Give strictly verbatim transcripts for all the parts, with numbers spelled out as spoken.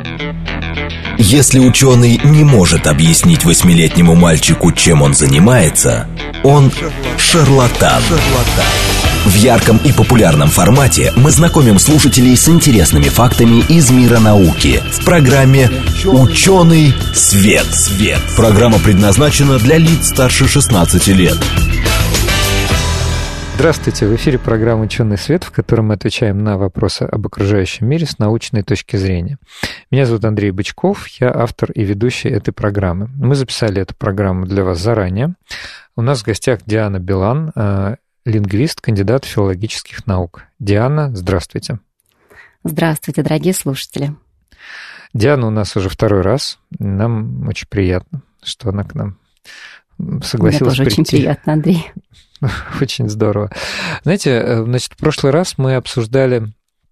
Если ученый не может объяснить восьмилетнему мальчику, чем он занимается, он шарлатан. В ярком и популярном формате мы знакомим слушателей с интересными фактами из мира науки в программе «Ученый свет». Свет. Программа предназначена для лиц старше шестнадцати лет. Здравствуйте, в эфире программа «Ученый свет», в которой мы отвечаем на вопросы об окружающем мире с научной точки зрения. Меня зовут Андрей Бычков, я автор и ведущий этой программы. Мы записали эту программу для вас заранее. У нас в гостях Диана Билан, лингвист, кандидат филологических наук. Диана, здравствуйте. Здравствуйте, дорогие слушатели. Диана у нас уже второй раз. Нам очень приятно, что она к нам согласилась прийти. Мне тоже прийти. очень приятно, Андрей. Очень здорово. Знаете, значит, в прошлый раз мы обсуждали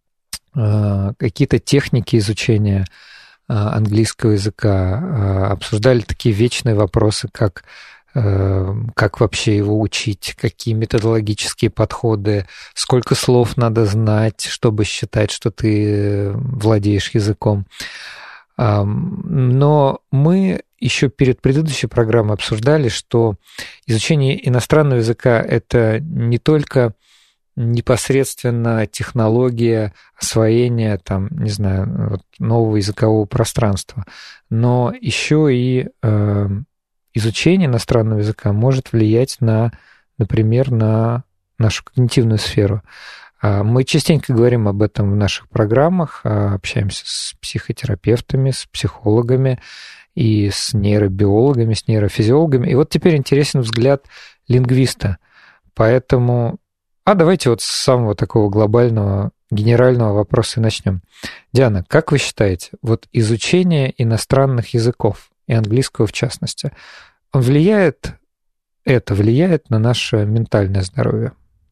э, какие-то техники изучения э, английского языка, э, обсуждали такие вечные вопросы, как, э, как вообще его учить, какие методологические подходы, сколько слов надо знать, чтобы считать, что ты владеешь языком. Э, но мы еще перед предыдущей программой обсуждали, что изучение иностранного языка – это не только непосредственно технология освоения, там, не знаю, вот, нового языкового пространства, но еще и э, изучение иностранного языка может влиять на, например, на нашу когнитивную сферу. Мы частенько говорим об этом в наших программах, общаемся с психотерапевтами, с психологами, и с нейробиологами, с нейрофизиологами. И вот теперь интересен взгляд лингвиста. Поэтому... А давайте вот с самого такого глобального, генерального вопроса и начнем. Диана, как вы считаете, вот изучение иностранных языков, и английского в частности, влияет, это влияет на наше ментальное здоровье?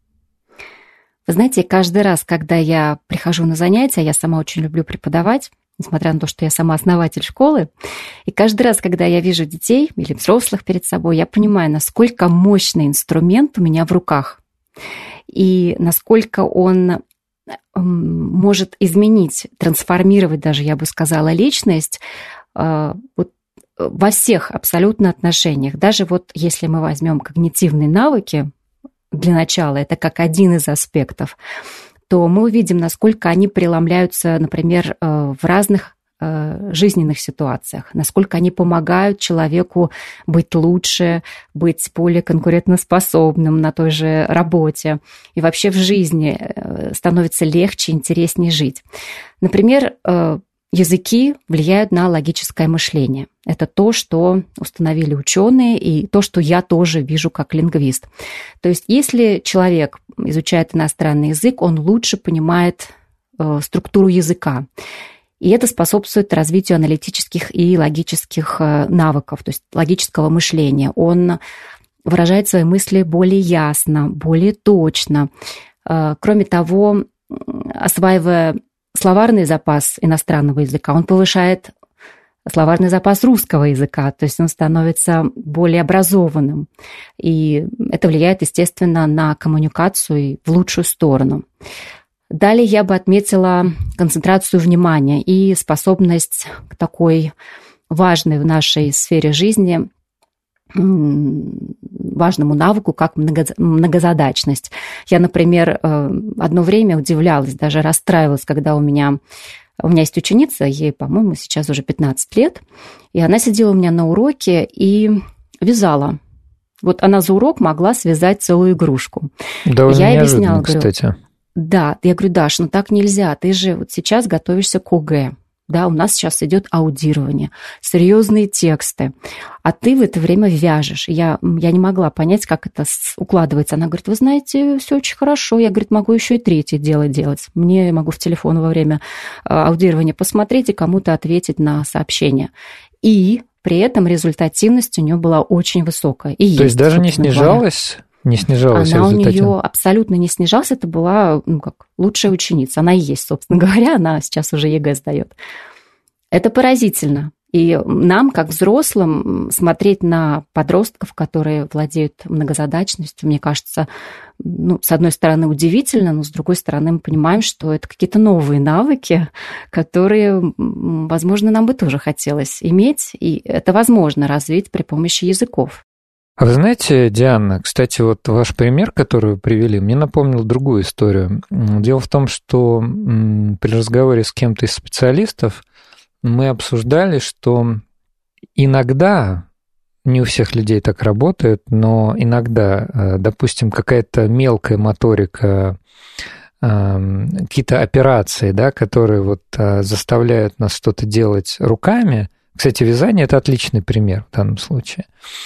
Вы знаете, каждый раз, когда я прихожу на занятия, я сама очень люблю преподавать, несмотря на то, что я сама основатель школы. И каждый раз, когда я вижу детей или взрослых перед собой, я понимаю, насколько мощный инструмент у меня в руках. И насколько он может изменить, трансформировать даже, я бы сказала, личность вот во всех абсолютно отношениях. Даже вот если мы возьмем когнитивные навыки, для начала, это как один из аспектов, то мы увидим, насколько они преломляются, например, в разных жизненных ситуациях, насколько они помогают человеку быть лучше, быть более конкурентоспособным на той же работе и вообще в жизни становится легче, интереснее жить. Например, языки влияют на логическое мышление. Это то, что установили ученые, и то, что я тоже вижу как лингвист. То есть если человек изучает иностранный язык, он лучше понимает э, структуру языка. И это способствует развитию аналитических и логических э, навыков, то есть логического мышления. Он выражает свои мысли более ясно, более точно. Э, кроме того, осваивая словарный запас иностранного языка, он повышает словарный запас русского языка, то есть он становится более образованным. И это влияет, естественно, на коммуникацию и в лучшую сторону. Далее я бы отметила концентрацию внимания и способность к такой важной в нашей сфере жизни важному навыку, как многозадачность. Я, например, одно время удивлялась, даже расстраивалась, когда у меня, у меня есть ученица, ей, по-моему, сейчас уже пятнадцать лет, и она сидела у меня на уроке и вязала. Вот она за урок могла связать целую игрушку. Да, я объясняла, говорю, кстати. Да, я говорю, Даш, ну так нельзя, ты же вот сейчас готовишься к ОГЭ. Да, у нас сейчас идет аудирование, серьезные тексты, а ты в это время вяжешь. Я, я не могла понять, как это укладывается. Она говорит, вы знаете, все очень хорошо. Я, говорит, могу еще и третье дело делать. Мне могу в телефон во время аудирования посмотреть и кому-то ответить на сообщение. И при этом результативность у нее была очень высокая. И То есть, есть даже не снижалась? Говоря. Не снижалась Она у результативность? нее абсолютно не снижалась. Это была, ну, как лучшая ученица. Она и есть, собственно говоря. Она сейчас уже ЕГЭ сдает. Это поразительно. И нам, как взрослым, смотреть на подростков, которые владеют многозадачностью, мне кажется, ну, с одной стороны, удивительно, но с другой стороны, мы понимаем, что это какие-то новые навыки, которые, возможно, нам бы тоже хотелось иметь, и это возможно развить при помощи языков. А вы знаете, Диана, кстати, вот ваш пример, который вы привели, мне напомнил другую историю. Дело в том, что при разговоре с кем-то из специалистов мы обсуждали, что иногда, не у всех людей так работает, но иногда, допустим, какая-то мелкая моторика, какие-то операции, да, которые вот заставляют нас что-то делать руками. Кстати, вязание – это отличный пример в данном случае.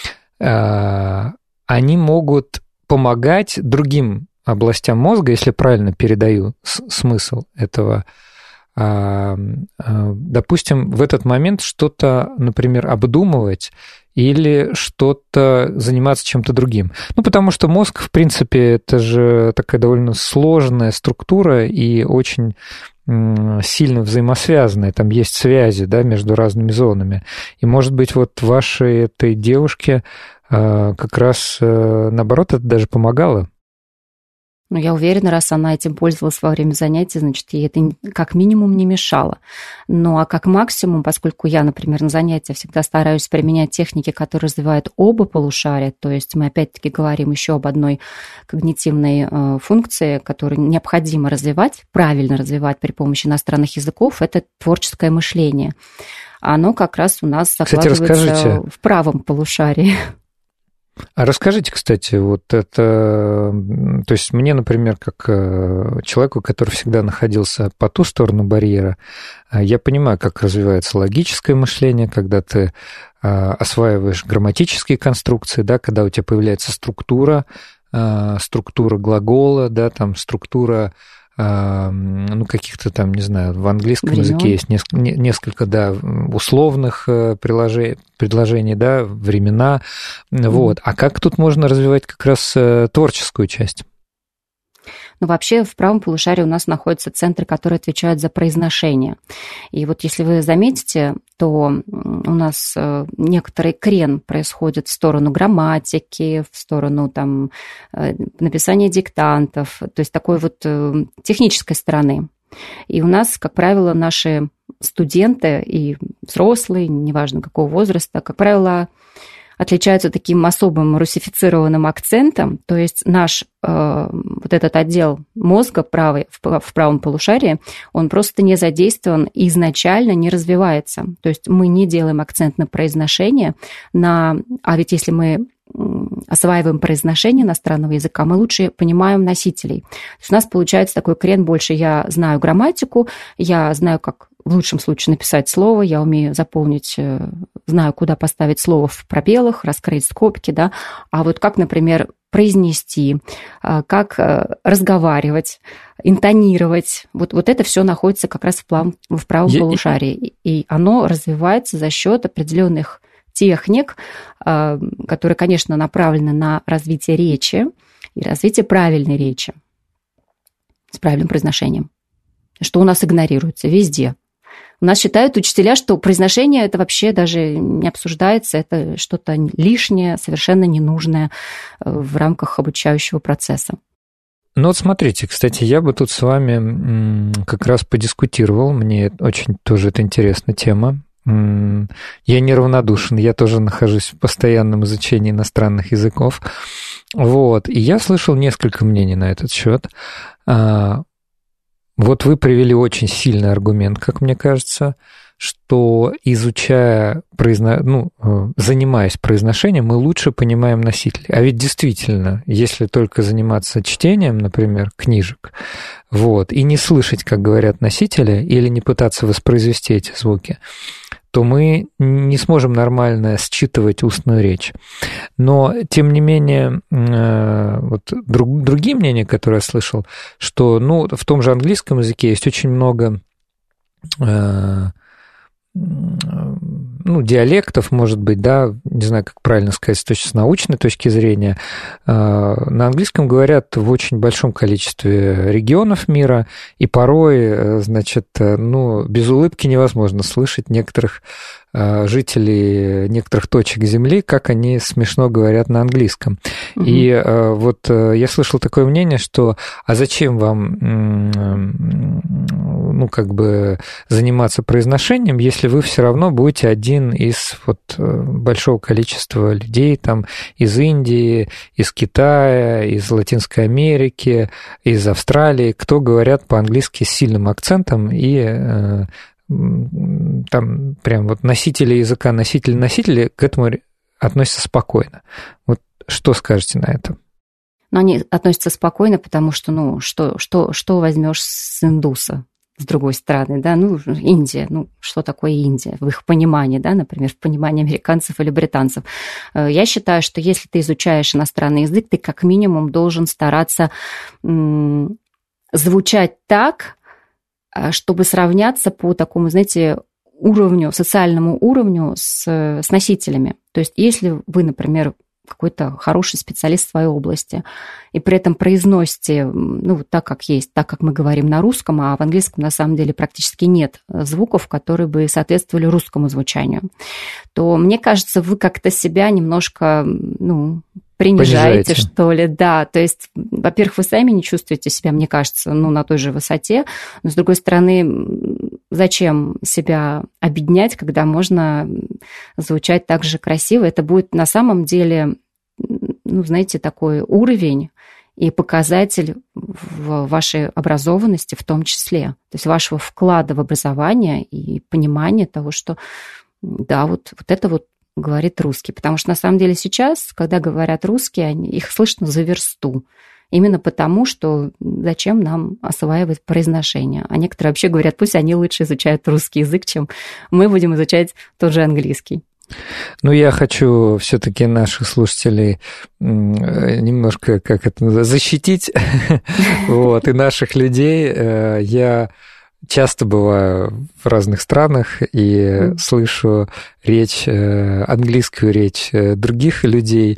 Они могут помогать другим областям мозга, если правильно передаю смысл этого. Допустим, в этот момент что-то, например, обдумывать или что-то заниматься чем-то другим. Ну, потому что мозг, в принципе, это же такая довольно сложная структура и очень сильно взаимосвязанная. Там есть связи, да, между разными зонами. И, может быть, вот вашей этой девушке как раз, наоборот, это даже помогало. Ну, я уверена, раз она этим пользовалась во время занятий, значит, ей это как минимум не мешало. Ну, а как максимум, поскольку я, например, на занятиях всегда стараюсь применять техники, которые развивают оба полушария, то есть мы опять-таки говорим еще об одной когнитивной э, функции, которую необходимо развивать, правильно развивать при помощи иностранных языков, это творческое мышление. Оно как раз у нас закладывается, кстати, расскажите, в правом полушарии. А расскажите, кстати, вот это, то есть мне, например, как человеку, который всегда находился по ту сторону барьера, я понимаю, как развивается логическое мышление, когда ты осваиваешь грамматические конструкции, да, когда у тебя появляется структура, структура глагола, да, там структура, ну, каких-то там, не знаю, в английском времен. Языке есть несколько, несколько, да, условных предложений, да, времена, mm-hmm. вот. А как тут можно развивать как раз творческую часть? Но вообще в правом полушарии у нас находятся центры, которые отвечают за произношение. И вот если вы заметите, то у нас некоторый крен происходит в сторону грамматики, в сторону там, написания диктантов, то есть такой вот технической стороны. И у нас, как правило, наши студенты и взрослые, неважно какого возраста, как правило, отличаются таким особым русифицированным акцентом, то есть наш э, вот этот отдел мозга правый, в, в правом полушарии, он просто не задействован и изначально не развивается. То есть мы не делаем акцент на произношение, на... а ведь если мы осваиваем произношение иностранного языка, мы лучше понимаем носителей. То есть у нас получается такой крен больше: я знаю грамматику, я знаю, как в лучшем случае написать слово, я умею заполнить, знаю, куда поставить слово в пробелах, раскрыть скобки, да, а вот как, например, произнести, как разговаривать, интонировать, вот, вот это все находится как раз в, плав, в правом я... полушарии, и оно развивается за счет определенных техник, которые, конечно, направлены на развитие речи и развитие правильной речи с правильным произношением, что у нас игнорируется везде. У нас считают учителя, что произношение это вообще даже не обсуждается, это что-то лишнее, совершенно ненужное в рамках обучающего процесса. Ну вот смотрите, кстати, я бы тут с вами как раз подискутировал, мне очень тоже это интересная тема. Я неравнодушен, я тоже нахожусь в постоянном изучении иностранных языков. Вот. И я слышал несколько мнений на этот счет. Вот вы привели очень сильный аргумент, как мне кажется, что изучая, произно... ну, занимаясь произношением, мы лучше понимаем носителей. А ведь действительно, если только заниматься чтением, например, книжек, вот, и не слышать, как говорят носители, или не пытаться воспроизвести эти звуки, то мы не сможем нормально считывать устную речь. Но, тем не менее, вот друг, другие мнения, которые я слышал, что ну, в том же английском языке есть очень много ну, диалектов, может быть, да, не знаю, как правильно сказать, с точки с научной точки зрения. На английском говорят в очень большом количестве регионов мира, и порой, значит, ну, без улыбки невозможно слышать некоторых жители некоторых точек Земли, как они смешно говорят на английском. Угу. И вот я слышал такое мнение, что а зачем вам, ну, как бы заниматься произношением, если вы все равно будете один из вот большого количества людей там из Индии, из Китая, из Латинской Америки, из Австралии, кто говорят по-английски с сильным акцентом и э, там прям вот носители языка, носители-носители к этому относятся спокойно. Вот что скажете на это? Но они относятся спокойно, потому что, ну, что, что, что возьмешь с индуса? С другой стороны, да, ну, Индия, ну, что такое Индия в их понимании, да, например, в понимании американцев или британцев. Я считаю, что если ты изучаешь иностранный язык, ты как минимум должен стараться м- звучать так, чтобы сравняться по такому, знаете, уровню, социальному уровню с, с носителями. То есть если вы, например, какой-то хороший специалист в своей области, и при этом произносите, ну, так, как есть, так, как мы говорим на русском, а в английском, на самом деле, практически нет звуков, которые бы соответствовали русскому звучанию, то, мне кажется, вы как-то себя немножко, ну, принижаете, Понижаете. Что ли, да. То есть, во-первых, вы сами не чувствуете себя, мне кажется, ну, на той же высоте, но, с другой стороны, зачем себя обеднять, когда можно звучать так же красиво? Это будет на самом деле, ну, знаете, такой уровень и показатель в вашей образованности в том числе. То есть вашего вклада в образование и понимания того, что, да, вот, вот это вот говорит русский. Потому что на самом деле сейчас, когда говорят русские, они, их слышно за версту. Именно потому, что зачем нам осваивать произношение. А некоторые вообще говорят, пусть они лучше изучают русский язык, чем мы будем изучать тот же английский. Ну, я хочу все-таки наших слушателей немножко, как это называется, защитить, вот, и наших людей. Я часто бываю в разных странах и слышу речь, английскую речь других людей,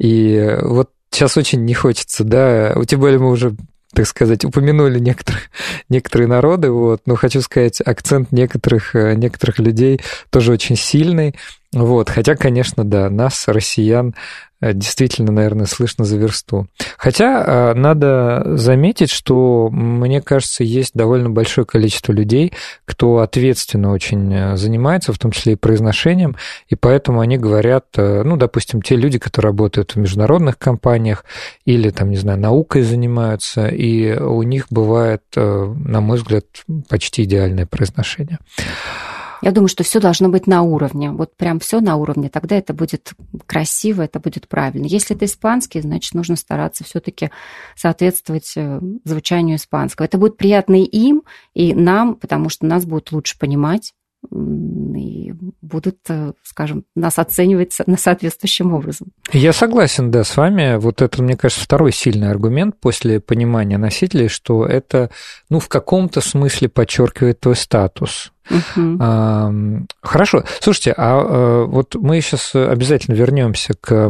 и вот сейчас очень не хочется, да, тем более мы уже, так сказать, упомянули некоторых, некоторые народы, вот, но хочу сказать, акцент некоторых, некоторых людей тоже очень сильный, вот, хотя, конечно, да, нас, россиян, действительно, наверное, слышно за версту. Хотя надо заметить, что, мне кажется, есть довольно большое количество людей, кто ответственно очень занимается, в том числе и произношением, и поэтому они говорят, ну, допустим, те люди, которые работают в международных компаниях или, там, не знаю, наукой занимаются, и у них бывает, на мой взгляд, почти идеальное произношение. Я думаю, что все должно быть на уровне. Вот прям все на уровне. Тогда это будет красиво, это будет правильно. Если это испанский, значит, нужно стараться все-таки соответствовать звучанию испанского. Это будет приятно и им, и нам, потому что нас будут лучше понимать и будут, скажем, нас оценивать на соответствующим образом. Я согласен, да, с вами. Вот это, мне кажется, второй сильный аргумент после понимания носителей, что это, ну, в каком-то смысле подчеркивает твой статус. Uh-huh. А, хорошо. Слушайте, а вот мы сейчас обязательно вернемся к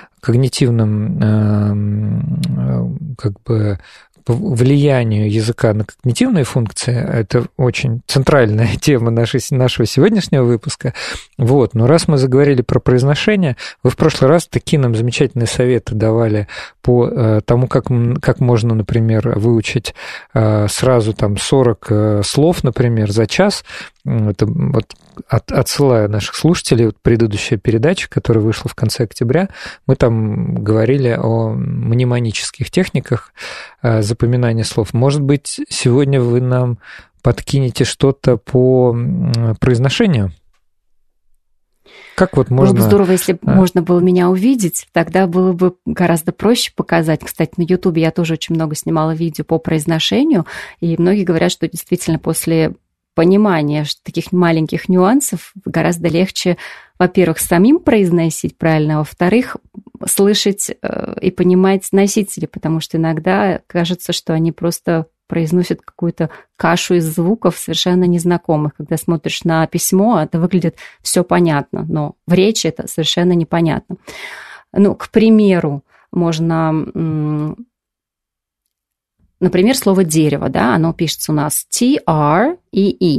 когнитивным, как бы, влиянию языка на когнитивные функции. Это очень центральная тема нашей, нашего сегодняшнего выпуска. Вот. Но раз мы заговорили про произношение, вы в прошлый раз такие нам замечательные советы давали по тому, как, как можно, например, выучить сразу там сорок слов, например, за час. Это вот от, отсылаю наших слушателей, вот предыдущая передача, которая вышла в конце октября, мы там говорили о мнемонических техниках запоминания слов. Может быть, сегодня вы нам подкинете что-то по произношению? Как вот можно... Было бы здорово, если бы а? можно было меня увидеть, тогда было бы гораздо проще показать. Кстати, на Ютубе я тоже очень много снимала видео по произношению, и многие говорят, что действительно после понимания таких маленьких нюансов гораздо легче, во-первых, самим произносить правильно, а во-вторых, слышать и понимать носителей, потому что иногда кажется, что они просто произносят какую-то кашу из звуков совершенно незнакомых. Когда смотришь на письмо, это выглядит все понятно, но в речи это совершенно непонятно. Ну, к примеру, можно... Например, слово «дерево», да, оно пишется у нас T R E E.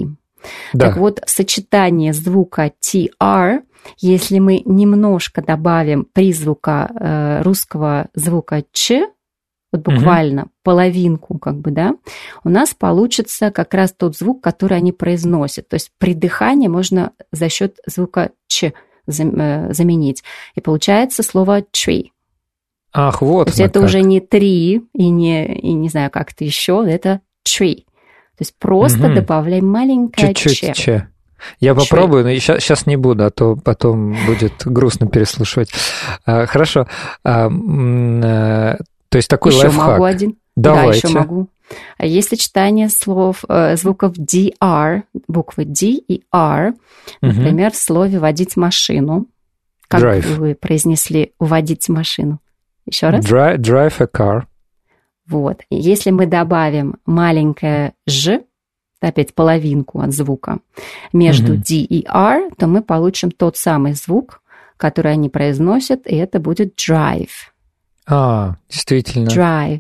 Да. Так вот, сочетание звука tr, если мы немножко добавим призвука э, русского звука ч, вот буквально угу. половинку, как бы, да, у нас получится как раз тот звук, который они произносят. То есть при дыхании можно за счет звука ч заменить. И получается слово tree. Ах, вот. То есть это как. Уже не три и не, и не знаю, как-то еще, это tree. То есть просто угу. добавляем маленькое чуть-чуть ч. Я попробую, но сейчас, сейчас не буду, а то потом будет грустно переслушивать. А, хорошо. А, а, то есть такой еще лайфхак. Могу один. Давайте. Да, еще могу. Есть сочетание слов, э, звуков dr, буквы D и R, например, угу. в слове «водить машину». Как drive. Вы произнесли «водить машину»? Еще раз. Drive, drive a car. Вот. И если мы добавим маленькое «ж», опять половинку от звука, между угу. D и R, то мы получим тот самый звук, который они произносят, и это будет drive. А, действительно. Drive.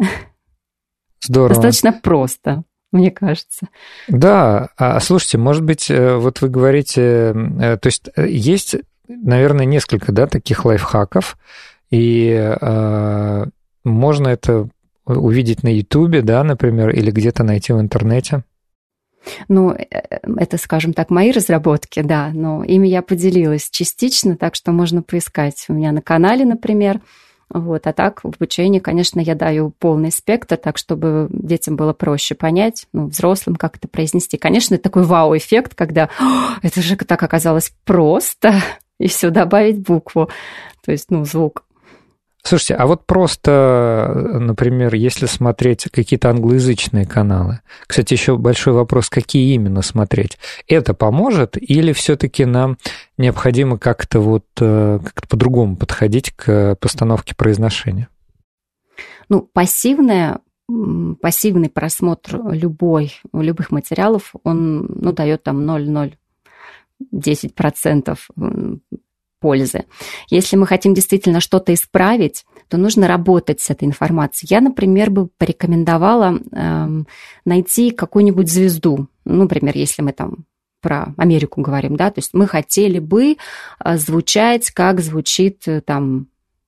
Здорово. Достаточно просто, мне кажется. Да. А, слушайте, может быть, вот вы говорите... То есть есть, наверное, несколько, да, таких лайфхаков, и а, можно это увидеть на Ютубе, да, например, или где-то найти в интернете? Ну, это, скажем так, мои разработки, да, но ими я поделилась частично, так что можно поискать у меня на канале, например. Вот, а так в обучении, конечно, я даю полный спектр, так, чтобы детям было проще понять, ну, взрослым, как это произнести. Конечно, это такой вау-эффект, когда это же так оказалось просто, и все добавить букву, то есть, ну, звук. Слушайте, а вот просто, например, если смотреть какие-то англоязычные каналы, кстати, еще большой вопрос, какие именно смотреть, это поможет или все-таки нам необходимо как-то вот как-то по-другому подходить к постановке произношения? Ну, пассивная, пассивный просмотр любой, любых материалов, он, ну, дает там ноль целых ноль десять сотых процента пользы. Если мы хотим действительно что-то исправить, то нужно работать с этой информацией. Я, например, бы порекомендовала э, найти какую-нибудь звезду. Ну, например, если мы там про Америку говорим, да, то есть мы хотели бы звучать, как звучит там,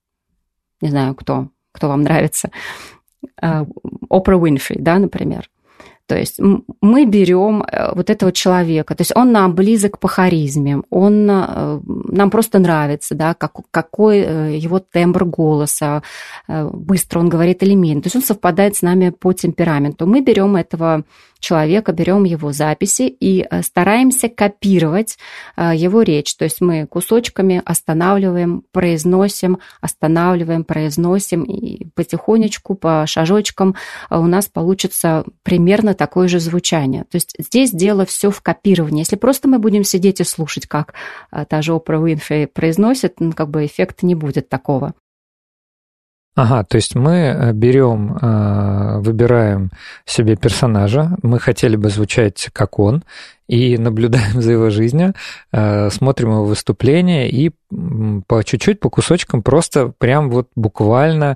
не знаю, кто, кто вам нравится, э, Опра Уинфри, да, например. То есть мы берем вот этого человека, то есть он нам близок по харизме, он нам просто нравится, да, как, какой его тембр голоса, быстро он говорит или медленно, то есть он совпадает с нами по темпераменту. Мы берем этого человека, берем его записи и стараемся копировать его речь, то есть мы кусочками останавливаем, произносим, останавливаем, произносим, и потихонечку, по шажочкам у нас получится примерно такое же звучание. То есть здесь дело все в копировании. Если просто мы будем сидеть и слушать, как та же Опра Уинфри произносит, ну, как бы эффекта не будет такого. Ага, то есть мы берем, выбираем себе персонажа, мы хотели бы звучать как он, и наблюдаем за его жизнью, смотрим его выступления и по чуть-чуть, по кусочкам просто прям вот буквально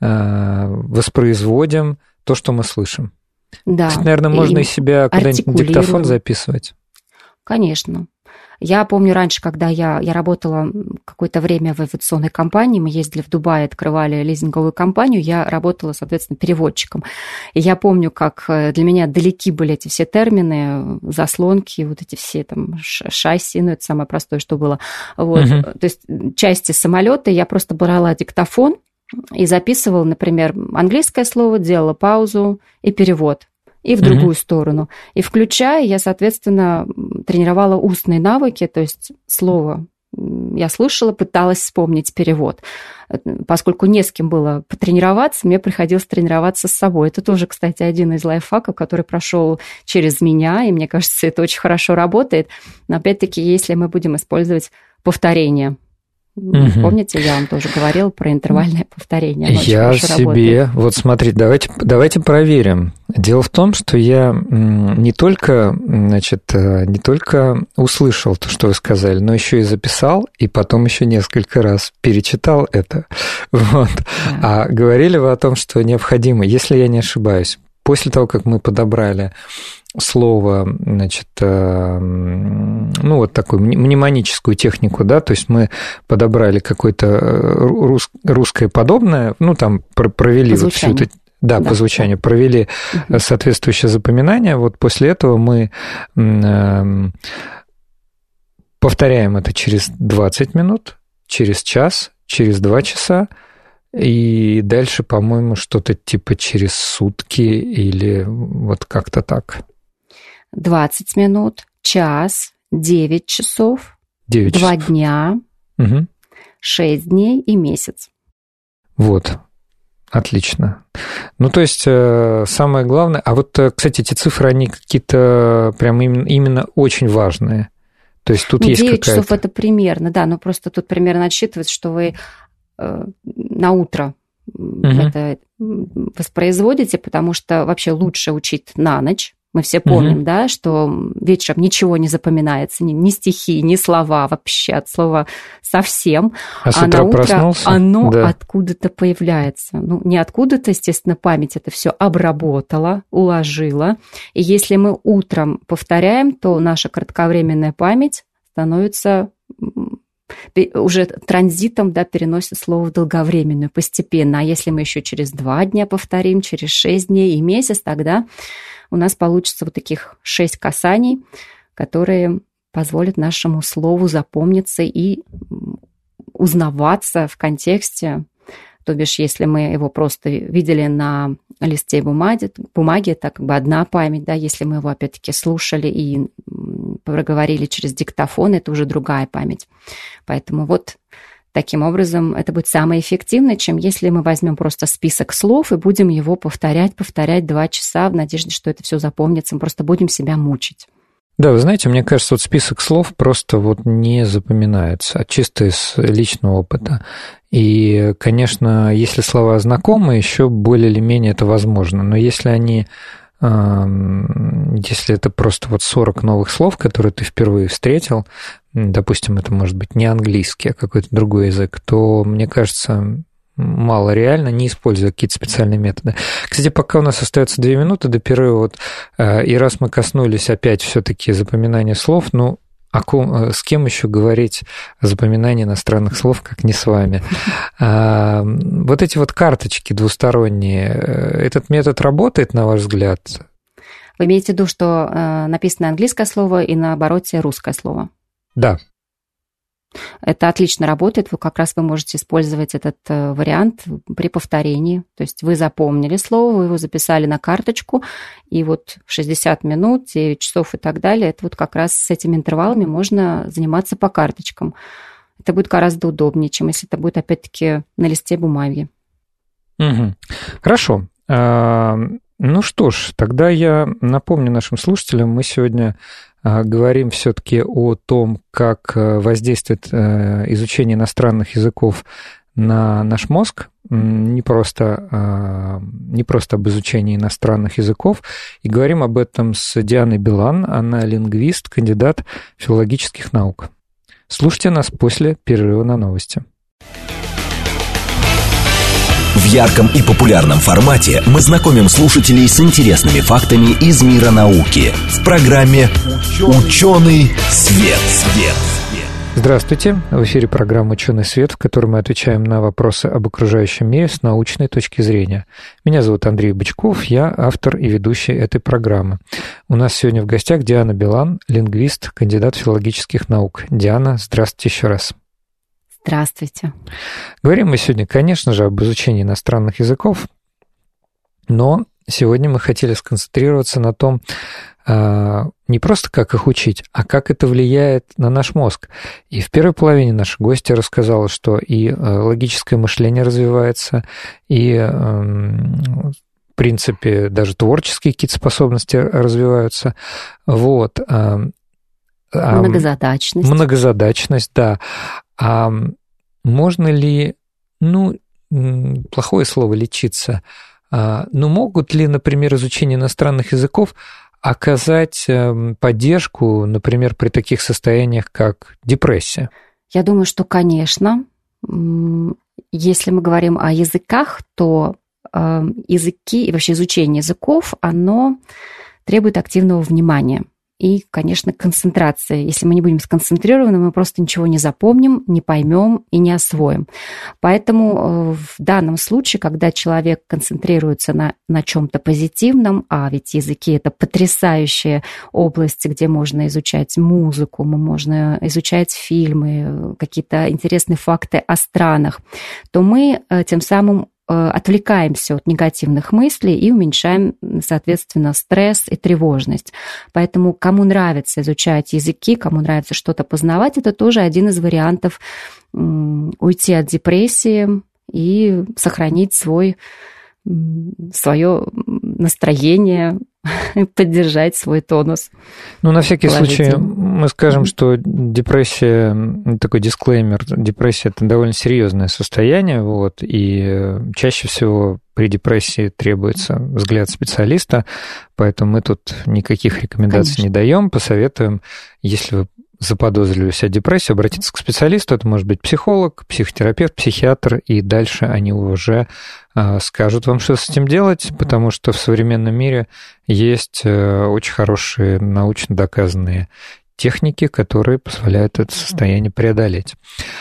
воспроизводим то, что мы слышим. Да. То есть, наверное, можно и себя куда-нибудь на диктофон записывать. Конечно. Я помню раньше, когда я, я работала какое-то время в авиационной компании, мы ездили в Дубай, открывали лизинговую компанию, я работала, соответственно, переводчиком. И я помню, как для меня далеки были эти все термины, заслонки, вот эти все там шасси, ну, это самое простое, что было. Вот. Uh-huh. То есть части самолета я просто брала диктофон и записывала, например, английское слово, делала паузу и перевод. И в другую mm-hmm. сторону. И включая, я, соответственно, тренировала устные навыки, то есть слово я слушала, пыталась вспомнить перевод. Поскольку не с кем было потренироваться, мне приходилось тренироваться с собой. Это тоже, кстати, один из лайфхаков, который прошел через меня, и мне кажется, это очень хорошо работает. Но опять-таки, если мы будем использовать повторение. Mm-hmm. Помните, я вам тоже говорила про интервальное повторение. Оно я себе... Работает. Вот смотрите, давайте, давайте проверим. Дело в том, что я не только, значит, не только услышал то, что вы сказали, но еще и записал, и потом еще несколько раз перечитал это. Вот. Да. А говорили вы о том, что необходимо, если я не ошибаюсь, после того, как мы подобрали слово, значит, ну, вот такую мнемоническую технику, да, то есть мы подобрали какое-то рус, русское подобное, ну, там провели вот всю эту... Да, да, по звучанию, провели угу. соответствующее запоминание. Вот после этого мы повторяем это через двадцать минут, через час, через два часа, и дальше, по-моему, что-то типа через сутки или вот как-то так. двадцать минут, час, девять часов, девять два часов. Дня, угу. шесть дней и месяц. Вот. Отлично. Ну, то есть, самое главное... А вот, кстати, эти цифры, они какие-то прям именно, именно очень важные. То есть, тут ну, есть девять какая-то... часов это примерно, да, но просто тут примерно отсчитывается, что вы э, на утро угу. это воспроизводите, потому что вообще лучше учить на ночь. Мы все помним, угу. да, что вечером ничего не запоминается, ни, ни стихи, ни слова вообще, от слова совсем. А, с а утра на утро проснулся? Оно да. откуда-то появляется. Ну, не откуда-то, естественно, память это все обработала, уложила. И если мы утром повторяем, то наша кратковременная память становится уже транзитом, да, переносит слово в долговременную постепенно. А если мы еще через два дня повторим, через шесть дней и месяц, тогда у нас получится вот таких шесть касаний, которые позволят нашему слову запомниться и узнаваться в контексте. То бишь, если мы его просто видели на листе бумаги, бумаги, это как бы одна память, да, если мы его опять-таки слушали и проговорили через диктофон, это уже другая память. Поэтому вот таким образом это будет самое эффективное, чем если мы возьмем просто список слов и будем его повторять, повторять два часа в надежде, что это все запомнится, мы просто будем себя мучить. Да, вы знаете, мне кажется, вот список слов просто вот не запоминается, чисто из личного опыта. И, конечно, если слова знакомы, еще более или менее это возможно. Но если они, если это просто вот сорок новых слов, которые ты впервые встретил, допустим, это может быть не английский, а какой-то другой язык, то, мне кажется, мало реально, не используя какие-то специальные методы. Кстати, пока у нас остается две минуты до перерыва, вот, и раз мы коснулись опять все-таки запоминания слов, ну, о ком, с кем еще говорить о запоминании иностранных слов, как не с вами? А, вот эти вот карточки двусторонние, этот метод работает, на ваш взгляд? Вы имеете в виду, что написано английское слово и на обороте русское слово? Да. Это отлично работает, вы как раз вы можете использовать этот вариант при повторении. То есть вы запомнили слово, вы его записали на карточку, и вот шестьдесят минут, девять часов и так далее, это вот как раз с этими интервалами можно заниматься по карточкам. Это будет гораздо удобнее, чем если это будет опять-таки на листе бумаги. Угу. Хорошо. Ну что ж, тогда я напомню нашим слушателям, мы сегодня говорим все-таки о том, как воздействует изучение иностранных языков на наш мозг, не просто, не просто об изучении иностранных языков, и говорим об этом с Дианой Билан, она лингвист, кандидат филологических наук. Слушайте нас после перерыва на новости. В ярком и популярном формате мы знакомим слушателей с интересными фактами из мира науки в программе «Ученый свет». свет. Здравствуйте! В эфире программа «Ученый свет», в которой мы отвечаем на вопросы об окружающем мире с научной точки зрения. Меня зовут Андрей Бычков, я автор и ведущий этой программы. У нас сегодня в гостях Диана Билан, лингвист, кандидат филологических наук. Диана, здравствуйте еще раз. Здравствуйте. Говорим мы сегодня, конечно же, об изучении иностранных языков, но сегодня мы хотели сконцентрироваться на том, не просто как их учить, а как это влияет на наш мозг. И в первой половине наша гостья рассказала, что и логическое мышление развивается, и, в принципе, даже творческие какие-то способности развиваются. Вот. Многозадачность. Многозадачность, да. А можно ли, ну, плохое слово лечиться, но могут ли, например, изучение иностранных языков оказать поддержку, например, при таких состояниях, как депрессия? Я думаю, что, конечно. Если мы говорим о языках, то языки и вообще изучение языков, оно требует активного внимания. И, конечно, концентрация. Если мы не будем сконцентрированы, мы просто ничего не запомним, не поймем и не освоим. Поэтому в данном случае, когда человек концентрируется на, на чем-то позитивном, а ведь языки – это потрясающая область, где можно изучать музыку, можно изучать фильмы, какие-то интересные факты о странах, то мы тем самым отвлекаемся от негативных мыслей и уменьшаем, соответственно, стресс и тревожность. Поэтому кому нравится изучать языки, кому нравится что-то познавать, это тоже один из вариантов уйти от депрессии и сохранить свой, свое настроение, поддержать свой тонус. Ну, на всякий случай мы скажем, что депрессия, такой дисклеймер, депрессия – это довольно серьезное состояние, вот, и чаще всего при депрессии требуется взгляд специалиста, поэтому мы тут никаких рекомендаций Конечно. Не даем, посоветуем, если вы заподозрили у себя депрессию, обратиться к специалисту, это может быть психолог, психотерапевт, психиатр, и дальше они уже скажут вам, что с этим делать, потому что в современном мире есть очень хорошие научно доказанные техники, которые позволяют это состояние преодолеть.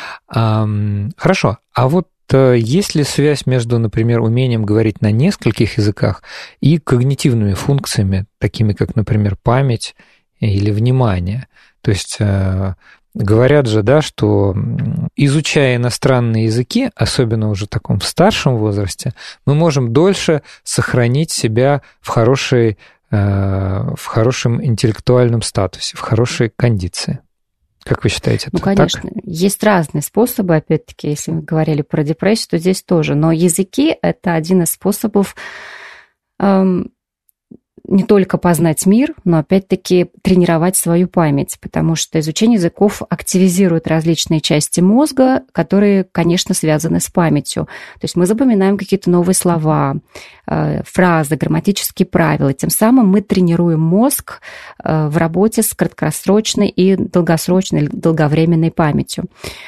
Хорошо, а вот есть ли связь между, например, умением говорить на нескольких языках и когнитивными функциями, такими как, например, память или внимание? То есть говорят же, да, что изучая иностранные языки, особенно уже в таком старшем возрасте, мы можем дольше сохранить себя в хорошей, в хорошем интеллектуальном статусе, в хорошей кондиции. Как вы считаете, это Ну, конечно, так? Есть разные способы, опять-таки, если мы говорили про депрессию, то здесь тоже. Но языки – это один из способов эм, не только познать мир, но, опять-таки, тренировать свою память, потому что изучение языков активизирует различные части мозга, которые, конечно, связаны с памятью. То есть мы запоминаем какие-то новые слова, фразы, грамматические правила. Тем самым мы тренируем мозг в работе с краткосрочной и долгосрочной, долговременной памятью.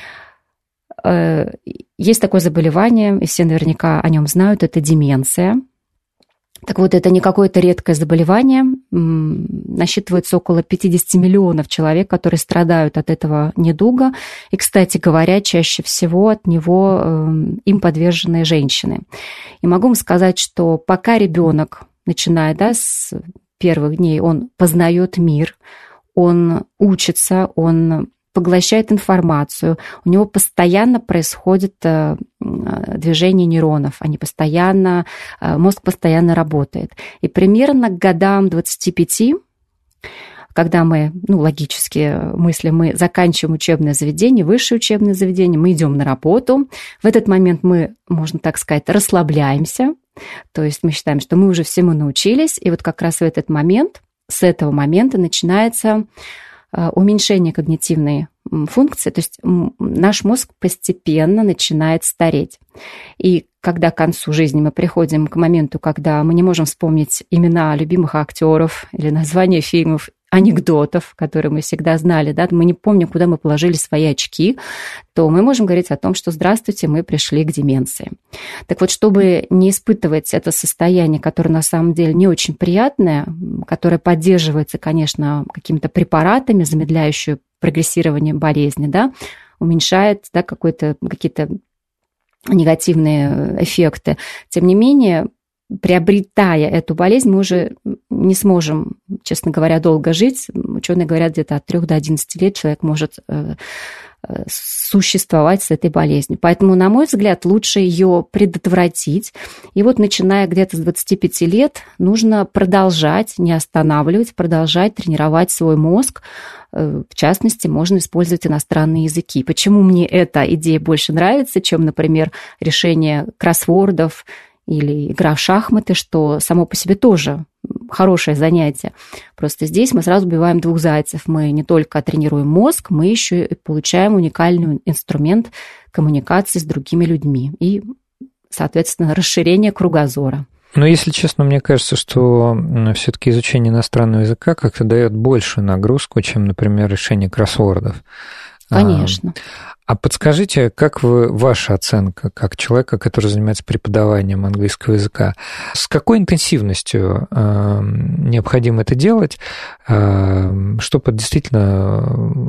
Есть такое заболевание, и все наверняка о нем знают, это деменция. Так вот, это не какое-то редкое заболевание. Насчитывается около пятьдесят миллионов человек, которые страдают от этого недуга. И, кстати говоря, чаще всего от него им подвержены женщины. И могу вам сказать, что пока ребенок, начиная да, с первых дней, он познает мир, он учится, он поглощает информацию, у него постоянно происходит движение нейронов, они постоянно, мозг постоянно работает. И примерно к годам двадцати пяти, когда мы, ну, логически мыслим, мы заканчиваем учебное заведение, высшее учебное заведение, мы идем на работу, в этот момент мы, можно так сказать, расслабляемся, то есть мы считаем, что мы уже всему научились, и вот как раз в этот момент, с этого момента начинается уменьшение когнитивной функции, то есть наш мозг постепенно начинает стареть. И когда к концу жизни мы приходим к моменту, когда мы не можем вспомнить имена любимых актеров или названия фильмов, анекдотов, которые мы всегда знали, да, мы не помним, куда мы положили свои очки, то мы можем говорить о том, что «здравствуйте, мы пришли к деменции». Так вот, чтобы не испытывать это состояние, которое на самом деле не очень приятное, которое поддерживается, конечно, какими-то препаратами, замедляющими прогрессирование болезни, да, уменьшает да, какой-то, какие-то негативные эффекты. Тем не менее, приобретая эту болезнь, мы уже не сможем, честно говоря, долго жить. Ученые говорят, где-то от трёх до одиннадцати лет человек может существовать с этой болезнью. Поэтому, на мой взгляд, лучше ее предотвратить. И вот, начиная где-то с двадцати пяти лет, нужно продолжать, не останавливать, продолжать тренировать свой мозг. В частности, можно использовать иностранные языки. Почему мне эта идея больше нравится, чем, например, решение кроссвордов или игра в шахматы, что само по себе тоже хорошее занятие. Просто здесь мы сразу убиваем двух зайцев. Мы не только тренируем мозг, мы еще и получаем уникальный инструмент коммуникации с другими людьми и, соответственно, расширение кругозора. Но, если честно, мне кажется, что все-таки изучение иностранного языка как-то дает большую нагрузку, чем, например, решение кроссвордов. Конечно. А подскажите, как вы, ваша оценка, как человека, который занимается преподаванием английского языка, с какой интенсивностью э, необходимо это делать, э, чтобы действительно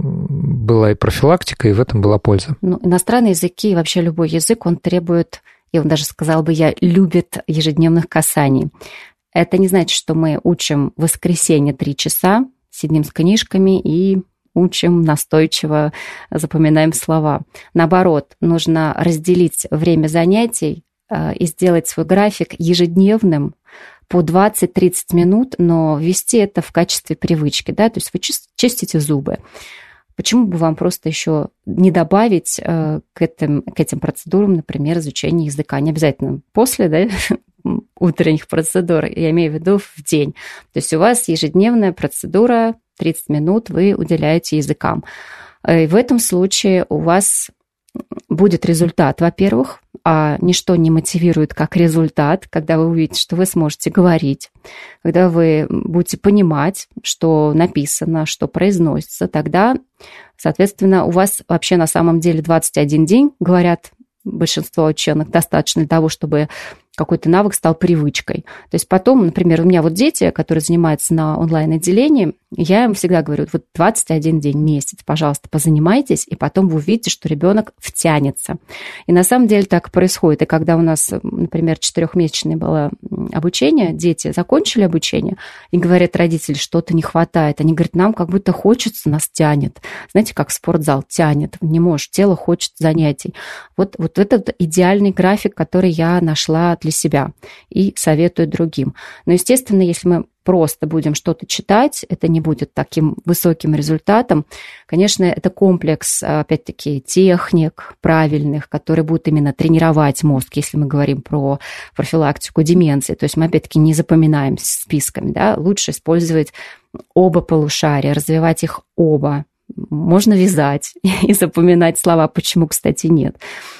была и профилактика, и в этом была польза? Ну, иностранные языки и вообще любой язык, он требует, я даже сказала бы я, любит ежедневных касаний. Это не значит, что мы учим в воскресенье три часа, сидим с книжками и учим настойчиво, запоминаем слова. Наоборот, нужно разделить время занятий и сделать свой график ежедневным по двадцать-тридцать минут, но ввести это в качестве привычки. Да? То есть вы чистите зубы. Почему бы вам просто еще не добавить к этим, к этим процедурам, например, изучение языка? Не обязательно после, да, утренних процедур, я имею в виду в день. То есть у вас ежедневная процедура, тридцать минут вы уделяете языкам. И в этом случае у вас будет результат, во-первых, а ничто не мотивирует как результат, когда вы увидите, что вы сможете говорить, когда вы будете понимать, что написано, что произносится, тогда, соответственно, у вас вообще на самом деле двадцать один день, говорят большинство ученых, достаточно для того, чтобы какой-то навык стал привычкой. То есть потом, например, у меня вот дети, которые занимаются на онлайн-отделении, я им всегда говорю, вот двадцать один день, месяц, пожалуйста, позанимайтесь, и потом вы увидите, что ребенок втянется. И на самом деле так происходит. И когда у нас, например, четырехмесячное было обучение, дети закончили обучение, и говорят родители, что-то не хватает. Они говорят, нам как будто хочется, нас тянет. Знаете, как в спортзал тянет, не можешь, тело хочет занятий. Вот, вот это идеальный график, который я нашла для себя и советую другим. Но, естественно, если мы просто будем что-то читать, это не будет таким высоким результатом. Конечно, это комплекс, опять-таки, техник правильных, которые будут именно тренировать мозг, если мы говорим про профилактику деменции. То есть мы, опять-таки, не запоминаем списками. Да? Лучше использовать оба полушария, развивать их оба. Можно вязать и запоминать слова, почему, кстати, нет.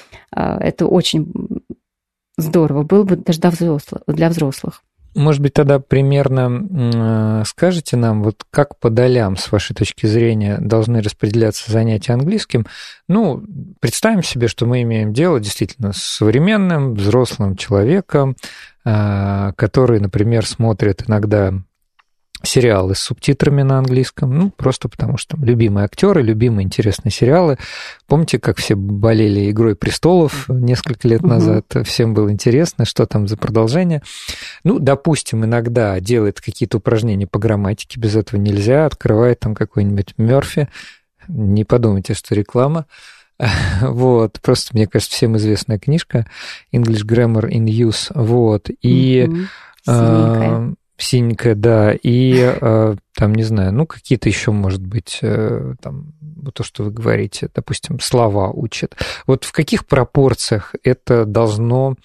Это очень здорово было бы даже для взрослых. Для взрослых. Может быть, тогда примерно скажете нам, вот как по долям, с вашей точки зрения, должны распределяться занятия английским? Ну, представим себе, что мы имеем дело действительно с современным взрослым человеком, который, например, смотрит иногда сериалы с субтитрами на английском, ну, просто потому что любимые актеры, любимые интересные сериалы. Помните, как все болели «Игрой престолов» несколько лет назад? Угу. Всем было интересно, что там за продолжение. Ну, допустим, иногда делает какие-то упражнения по грамматике, без этого нельзя, открывает там какой-нибудь Мёрфи. Не подумайте, что реклама. Вот, просто, мне кажется, всем известная книжка English Grammar in Use. Вот, и... Синенькая. Синенькая, да, и там, не знаю, ну, какие-то еще, может быть, там, то, что вы говорите, допустим, слова учат. Вот в каких пропорциях это должно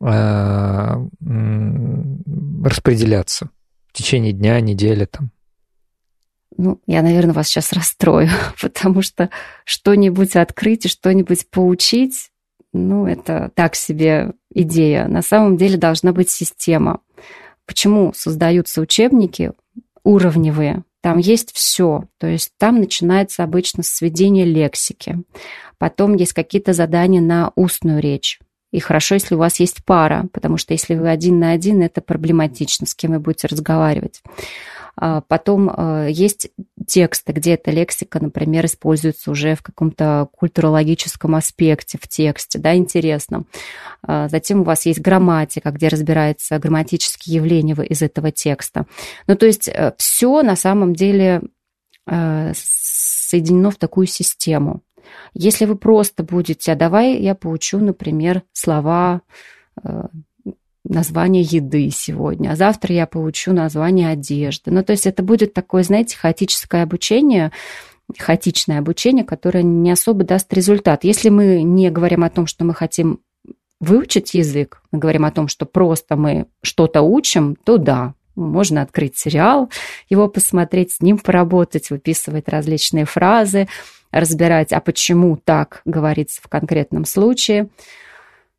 распределяться в течение дня, недели там? Ну, я, наверное, вас сейчас расстрою, потому что что-нибудь открыть и что-нибудь поучить, ну, это так себе идея. На самом деле должна быть система. Почему создаются учебники уровневые? Там есть все. То есть там начинается обычно с сведения лексики. Потом есть какие-то задания на устную речь. И хорошо, если у вас есть пара, потому что если вы один на один, это проблематично, с кем вы будете разговаривать. Потом есть тексты, где эта лексика, например, используется уже в каком-то культурологическом аспекте в тексте, да, интересно. Затем у вас есть грамматика, где разбираются грамматические явления из этого текста. Ну, то есть все на самом деле соединено в такую систему. Если вы просто будете, а давай я поучу, например, слова, название еды сегодня, а завтра я поучу название одежды. Ну, то есть это будет такое, знаете, хаотическое обучение, хаотичное обучение, которое не особо даст результат. Если мы не говорим о том, что мы хотим выучить язык, мы говорим о том, что просто мы что-то учим, то да, можно открыть сериал, его посмотреть, с ним поработать, выписывать различные фразы, разбирать, а почему так говорится в конкретном случае.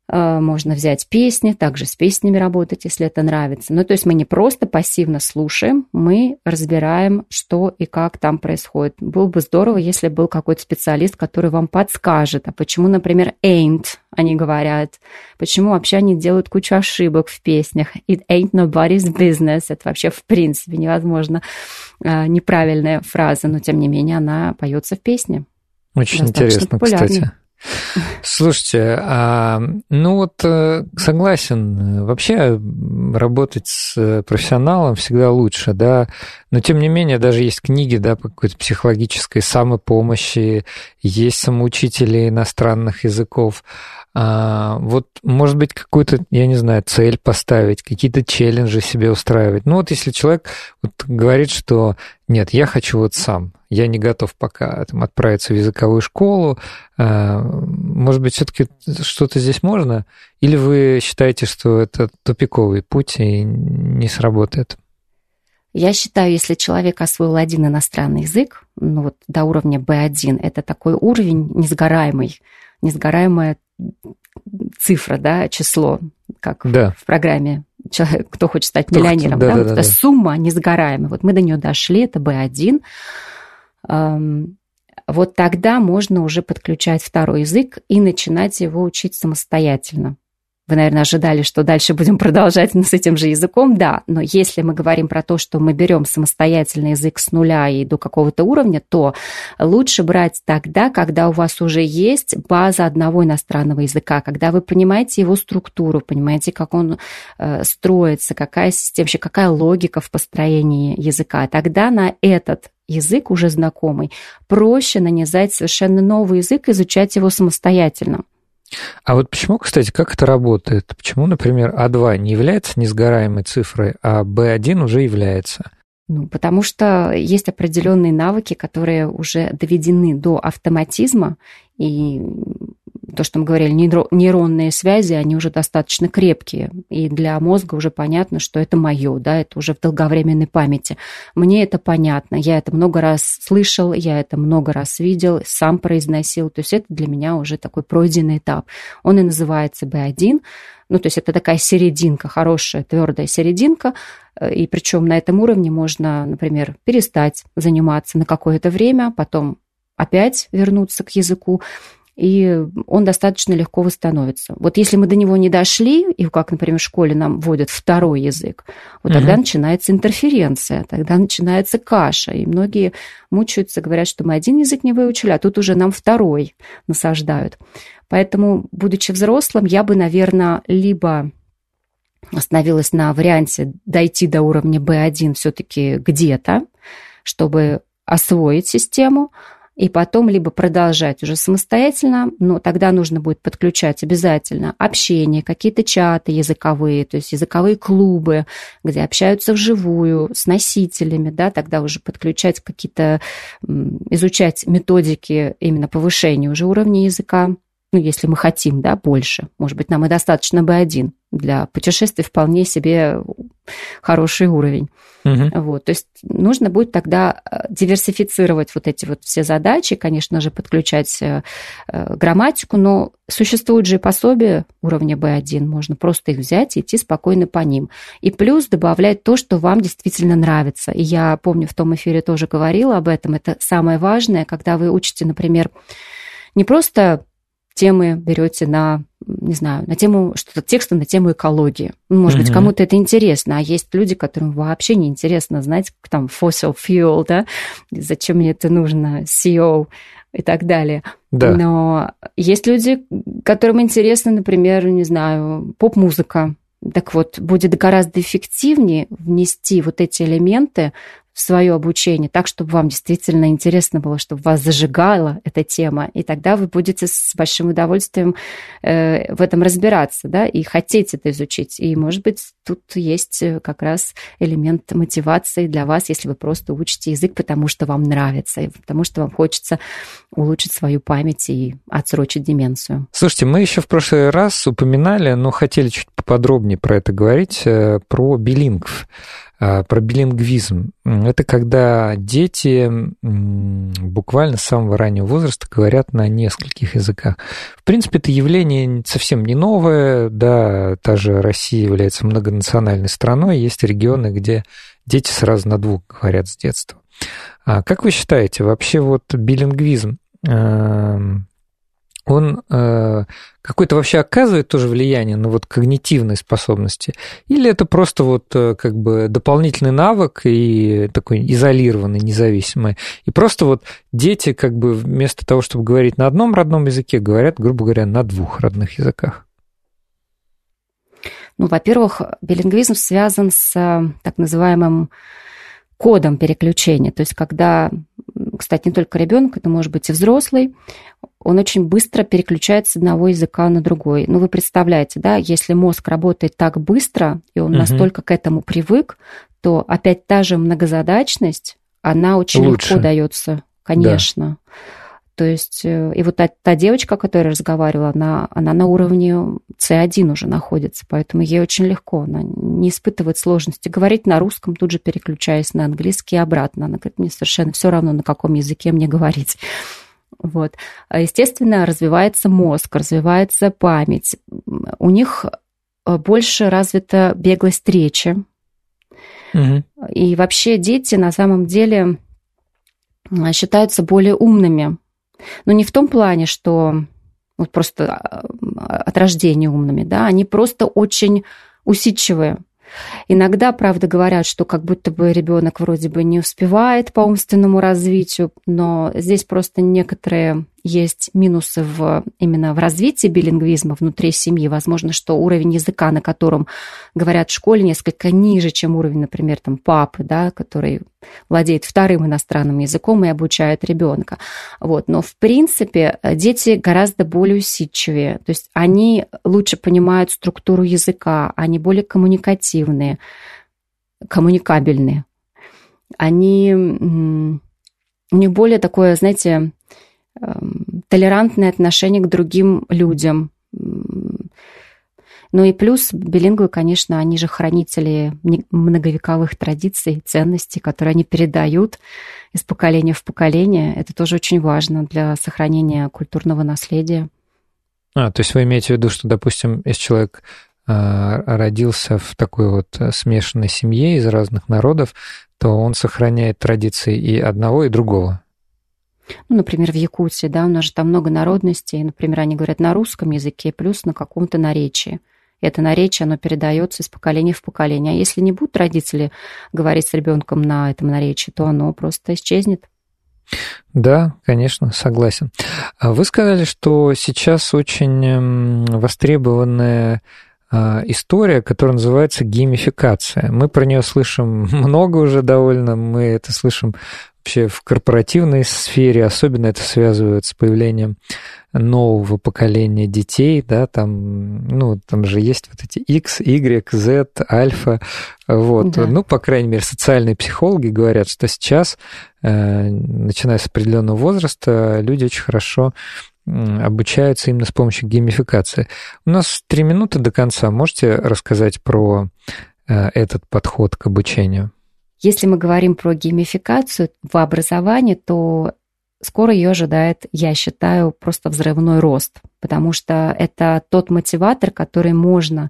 Можно взять песни, также с песнями работать, если это нравится. Ну, то есть мы не просто пассивно слушаем, мы разбираем, что и как там происходит. Было бы здорово, если был какой-то специалист, который вам подскажет, а почему, например, ain't они говорят, почему вообще они делают кучу ошибок в песнях. It ain't nobody's business. Это вообще в принципе невозможно неправильная фраза, но тем не менее она поется в песне. Очень интересно, популярной. Кстати. Слушайте, а, ну вот согласен, вообще работать с профессионалом всегда лучше, да, но тем не менее даже есть книги, да, по какой-то психологической самопомощи, есть самоучители иностранных языков. А, вот, может быть, какую-то, я не знаю, цель поставить, какие-то челленджи себе устраивать. Ну вот если человек вот говорит, что нет, я хочу вот сам, я не готов пока там, отправиться в языковую школу, а, может быть, все-таки что-то здесь можно? Или вы считаете, что это тупиковый путь и не сработает? Я считаю, если человек освоил один иностранный язык, ну вот до уровня би один, это такой уровень несгораемый, несгораемая цифра, да, число, как да. в программе человек, «Кто хочет стать кто миллионером». Да, да, да, вот да, эта да. сумма несгораемая. Вот мы до нее дошли, это би один. Вот тогда можно уже подключать второй язык и начинать его учить самостоятельно. Вы, наверное, ожидали, что дальше будем продолжать с этим же языком, да, но если мы говорим про то, что мы берем самостоятельный язык с нуля и до какого-то уровня, то лучше брать тогда, когда у вас уже есть база одного иностранного языка, когда вы понимаете его структуру, понимаете, как он э, строится, какая система, вообще какая логика в построении языка. Тогда на этот язык уже знакомый проще нанизать совершенно новый язык, изучать его самостоятельно. А вот почему, кстати, как это работает? Почему, например, а два не является несгораемой цифрой, а би один уже является? Ну, потому что есть определенные навыки, которые уже доведены до автоматизма, и то, что мы говорили, нейронные связи, они уже достаточно крепкие, и для мозга уже понятно, что это мое, да, это уже в долговременной памяти. Мне это понятно, я это много раз слышал, я это много раз видел, сам произносил, то есть это для меня уже такой пройденный этап. Он и называется би один, ну, то есть это такая серединка, хорошая, твердая серединка, и причем на этом уровне можно, например, перестать заниматься на какое-то время, потом опять вернуться к языку, и он достаточно легко восстановится. Вот если мы до него не дошли, и как, например, в школе нам вводят второй язык, вот тогда mm-hmm. начинается интерференция, тогда начинается каша, и многие мучаются, говорят, что мы один язык не выучили, а тут уже нам второй насаждают. Поэтому, будучи взрослым, я бы, наверное, либо остановилась на варианте дойти до уровня би один все-таки где-то, чтобы освоить систему, и потом либо продолжать уже самостоятельно, но тогда нужно будет подключать обязательно общение, какие-то чаты языковые, то есть языковые клубы, где общаются вживую с носителями, да, тогда уже подключать какие-то, изучать методики именно повышения уже уровня языка, ну, если мы хотим, да, больше. Может быть, нам и достаточно би один. Для путешествий вполне себе хороший уровень. Угу. Вот, то есть нужно будет тогда диверсифицировать вот эти вот все задачи, конечно же, подключать грамматику, но существуют же и пособия уровня би один, можно просто их взять и идти спокойно по ним. И плюс добавлять то, что вам действительно нравится. И я помню, в том эфире тоже говорила об этом, это самое важное, когда вы учите, например, не просто темы берете на, не знаю, на тему что-то текста на тему экологии. Может mm-hmm. быть, кому-то это интересно, а есть люди, которым вообще не интересно знать, там, fossil fuel, да, зачем мне это нужно, си и о и так далее. Да. Но есть люди, которым интересно, например, не знаю, поп-музыка. Так вот, будет гораздо эффективнее внести вот эти элементы в свое обучение, так, чтобы вам действительно интересно было, чтобы вас зажигала эта тема, и тогда вы будете с большим удовольствием э, в этом разбираться, да, и хотеть это изучить. И, может быть, тут есть как раз элемент мотивации для вас, если вы просто учите язык, потому что вам нравится, и потому что вам хочется улучшить свою память и отсрочить деменцию. Слушайте, мы еще в прошлый раз упоминали, но хотели чуть поподробнее про это говорить, про билингв. про билингвизм. Это когда дети буквально с самого раннего возраста говорят на нескольких языках. В принципе, это явление совсем не новое. Да, та же Россия является многонациональной страной. Есть регионы, где дети сразу на двух говорят с детства. А как вы считаете, вообще вот билингвизм, он э, какое-то вообще оказывает тоже влияние на вот когнитивные способности? Или это просто вот как бы дополнительный навык и такой изолированный, независимый? И просто вот дети как бы вместо того, чтобы говорить на одном родном языке, говорят, грубо говоря, на двух родных языках? Ну, во-первых, билингвизм связан с так называемым кодом переключения. То есть когда, кстати, не только ребенок, это может быть и взрослый, он очень быстро переключается с одного языка на другой. Ну, вы представляете, да, если мозг работает так быстро, и он угу. настолько к этому привык, то опять та же многозадачность, она очень Лучше. легко дается, конечно. Да. То есть, и вот та, та девочка, о которой я разговаривала, она, она на уровне си один уже находится, поэтому ей очень легко, она не испытывает сложности. Говорить на русском, тут же переключаясь на английский и обратно. Она говорит, мне совершенно все равно, на каком языке мне говорить. Вот. Естественно, развивается мозг, развивается память. У них больше развита беглость речи. Угу. И вообще дети на самом деле считаются более умными. Но не в том плане, что вот просто от рождения умными, да, они просто очень усидчивые. Иногда, правда, говорят, что как будто бы ребенок вроде бы не успевает по умственному развитию, но здесь просто некоторые есть минусы в, именно в развитии билингвизма внутри семьи. Возможно, что уровень языка, на котором говорят в школе, несколько ниже, чем уровень, например, там, папы, да, который владеет вторым иностранным языком и обучает ребенка. Вот. Но, в принципе, дети гораздо более усидчивее. То есть они лучше понимают структуру языка, они более коммуникативные, коммуникабельные. Они, у них более такое, знаете, толерантное отношение к другим людям. Ну и плюс билингвы, конечно, они же хранители многовековых традиций, ценностей, которые они передают из поколения в поколение. Это тоже очень важно для сохранения культурного наследия. А, то есть вы имеете в виду, что, допустим, если человек родился в такой вот смешанной семье из разных народов, то он сохраняет традиции и одного, и другого? Ну, например, в Якутии, да, у нас же там много народностей, например, они говорят на русском языке плюс на каком-то наречии. И это наречие, оно передается из поколения в поколение. А если не будут родители говорить с ребенком на этом наречии, то оно просто исчезнет. Да, конечно, согласен. Вы сказали, что сейчас очень востребованная история, которая называется геймификация. Мы про нее слышим много уже довольно, мы это слышим вообще в корпоративной сфере, особенно это связывают с появлением нового поколения детей, да, там, ну, там же есть вот эти X, Y, Z, альфа, вот, да. Ну, по крайней мере, социальные психологи говорят, что сейчас, начиная с определенного возраста, люди очень хорошо обучаются именно с помощью геймификации. У нас три минуты до конца. Можете рассказать про этот подход к обучению? Если мы говорим про геймификацию в образовании, то скоро ее ожидает, я считаю, просто взрывной рост, потому что это тот мотиватор, который можно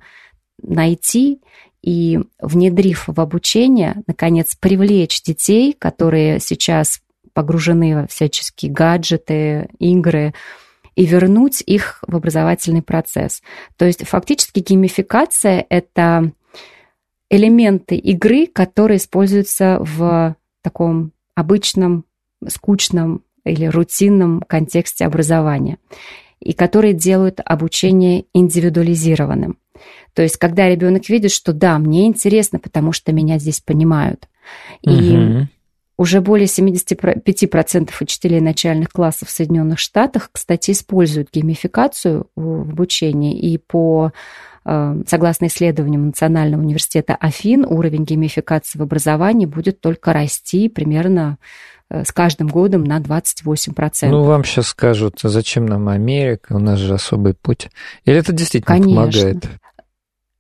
найти и, внедрив в обучение, наконец, привлечь детей, которые сейчас погружены во всяческие гаджеты, игры, и вернуть их в образовательный процесс. То есть фактически геймификация – это элементы игры, которые используются в таком обычном, скучном или рутинном контексте образования, и которые делают обучение индивидуализированным. То есть когда ребенок видит, что да, мне интересно, потому что меня здесь понимают. И угу. уже более семьдесят пять процентов учителей начальных классов в Соединенных Штатах, кстати, используют геймификацию в обучении, и по согласно исследованиям Национального университета Афин, уровень геймификации в образовании будет только расти примерно с каждым годом на двадцать восемь процентов. Ну, вам сейчас скажут, зачем нам Америка, у нас же особый путь. Или это действительно Конечно. помогает?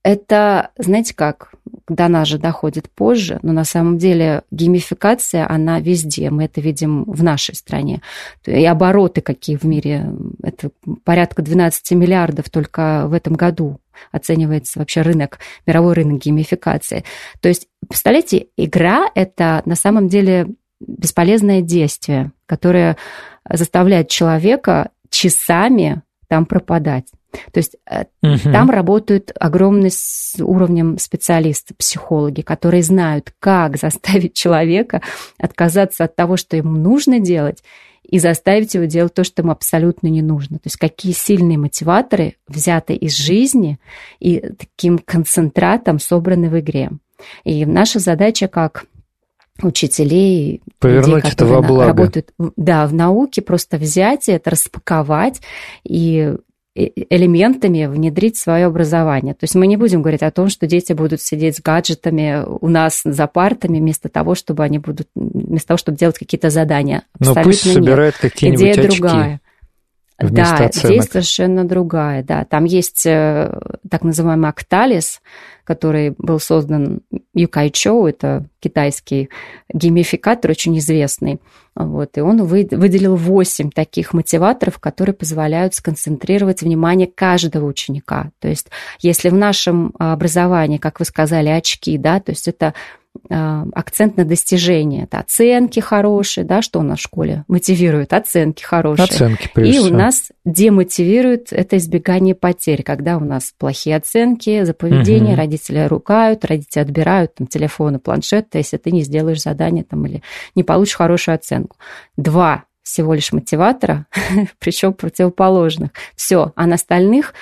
Это, знаете как, до нас же доходит позже, но на самом деле геймификация, она везде, мы это видим в нашей стране. И обороты какие в мире, это порядка двенадцать миллиардов только в этом году оценивается вообще рынок, мировой рынок геймификации. То есть, представляете, игра – это на самом деле бесполезное действие, которое заставляет человека часами там пропадать. То есть угу. там работают огромным уровнем специалисты, психологи, которые знают, как заставить человека отказаться от того, что ему нужно делать, и заставить его делать то, что ему абсолютно не нужно. То есть какие сильные мотиваторы взяты из жизни и таким концентратом собраны в игре. И наша задача как учителей, повернуть людей, это во благо. Работают, да, в науке, просто взять это, распаковать и элементами внедрить в свое образование. То есть мы не будем говорить о том, что дети будут сидеть с гаджетами у нас за партами вместо того, чтобы они будут, вместо того, чтобы делать какие-то задания. Но абсолютно пусть собирают нет. какие-нибудь Идея очки. Другая. Да, оценок. здесь совершенно другая. Да. Там есть так называемый Octalis, который был создан Юкай Чоу, это китайский геймификатор, очень известный. Вот, и он выделил восемь таких мотиваторов, которые позволяют сконцентрировать внимание каждого ученика. То есть если в нашем образовании, как вы сказали, очки, да, то есть это акцент на достижение, это оценки хорошие, да, что у нас в школе мотивирует, оценки хорошие. Оценки, и у нас демотивирует это избегание потерь, когда у нас плохие оценки за поведение, угу. родители ругают, родители отбирают там, телефон и планшет, если ты не сделаешь задание там, или не получишь хорошую оценку. Два всего лишь мотиватора, причем противоположных. Все, а на остальных,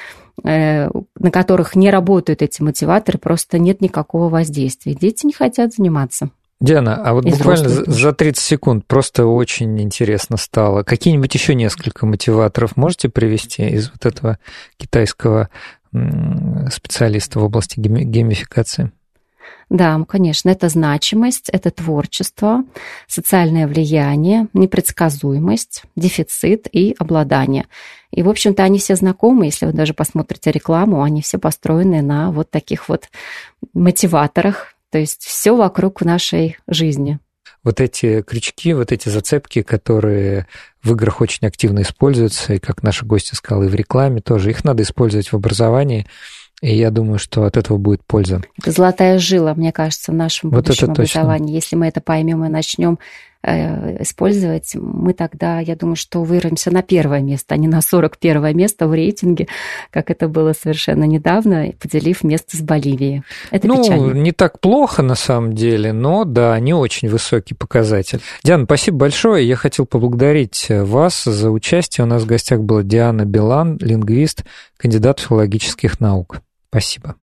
на которых не работают эти мотиваторы, просто нет никакого воздействия. Дети не хотят заниматься. Диана, а вот буквально за тридцать секунд просто очень интересно стало. Какие-нибудь еще несколько мотиваторов можете привести из вот этого китайского специалиста в области геймификации? Да, конечно, это значимость, это творчество, социальное влияние, непредсказуемость, дефицит и обладание. И, в общем-то, они все знакомы, если вы даже посмотрите рекламу, они все построены на вот таких вот мотиваторах, то есть все вокруг нашей жизни. Вот эти крючки, вот эти зацепки, которые в играх очень активно используются, и, как наша гостья сказала, и в рекламе тоже, их надо использовать в образовании. И я думаю, что от этого будет польза. Это золотая жила, мне кажется, в нашем вот будущем образовании. Если мы это поймем и начнем э, использовать, мы тогда, я думаю, что вырвемся на первое место, а не на сорок первое место в рейтинге, как это было совершенно недавно, поделив место с Боливией. Это ну, печально. Не так плохо на самом деле, но да, не очень высокий показатель. Диана, спасибо большое. Я хотел поблагодарить вас за участие. У нас в гостях была Диана Билан, лингвист, кандидат филологических наук. Спасибо.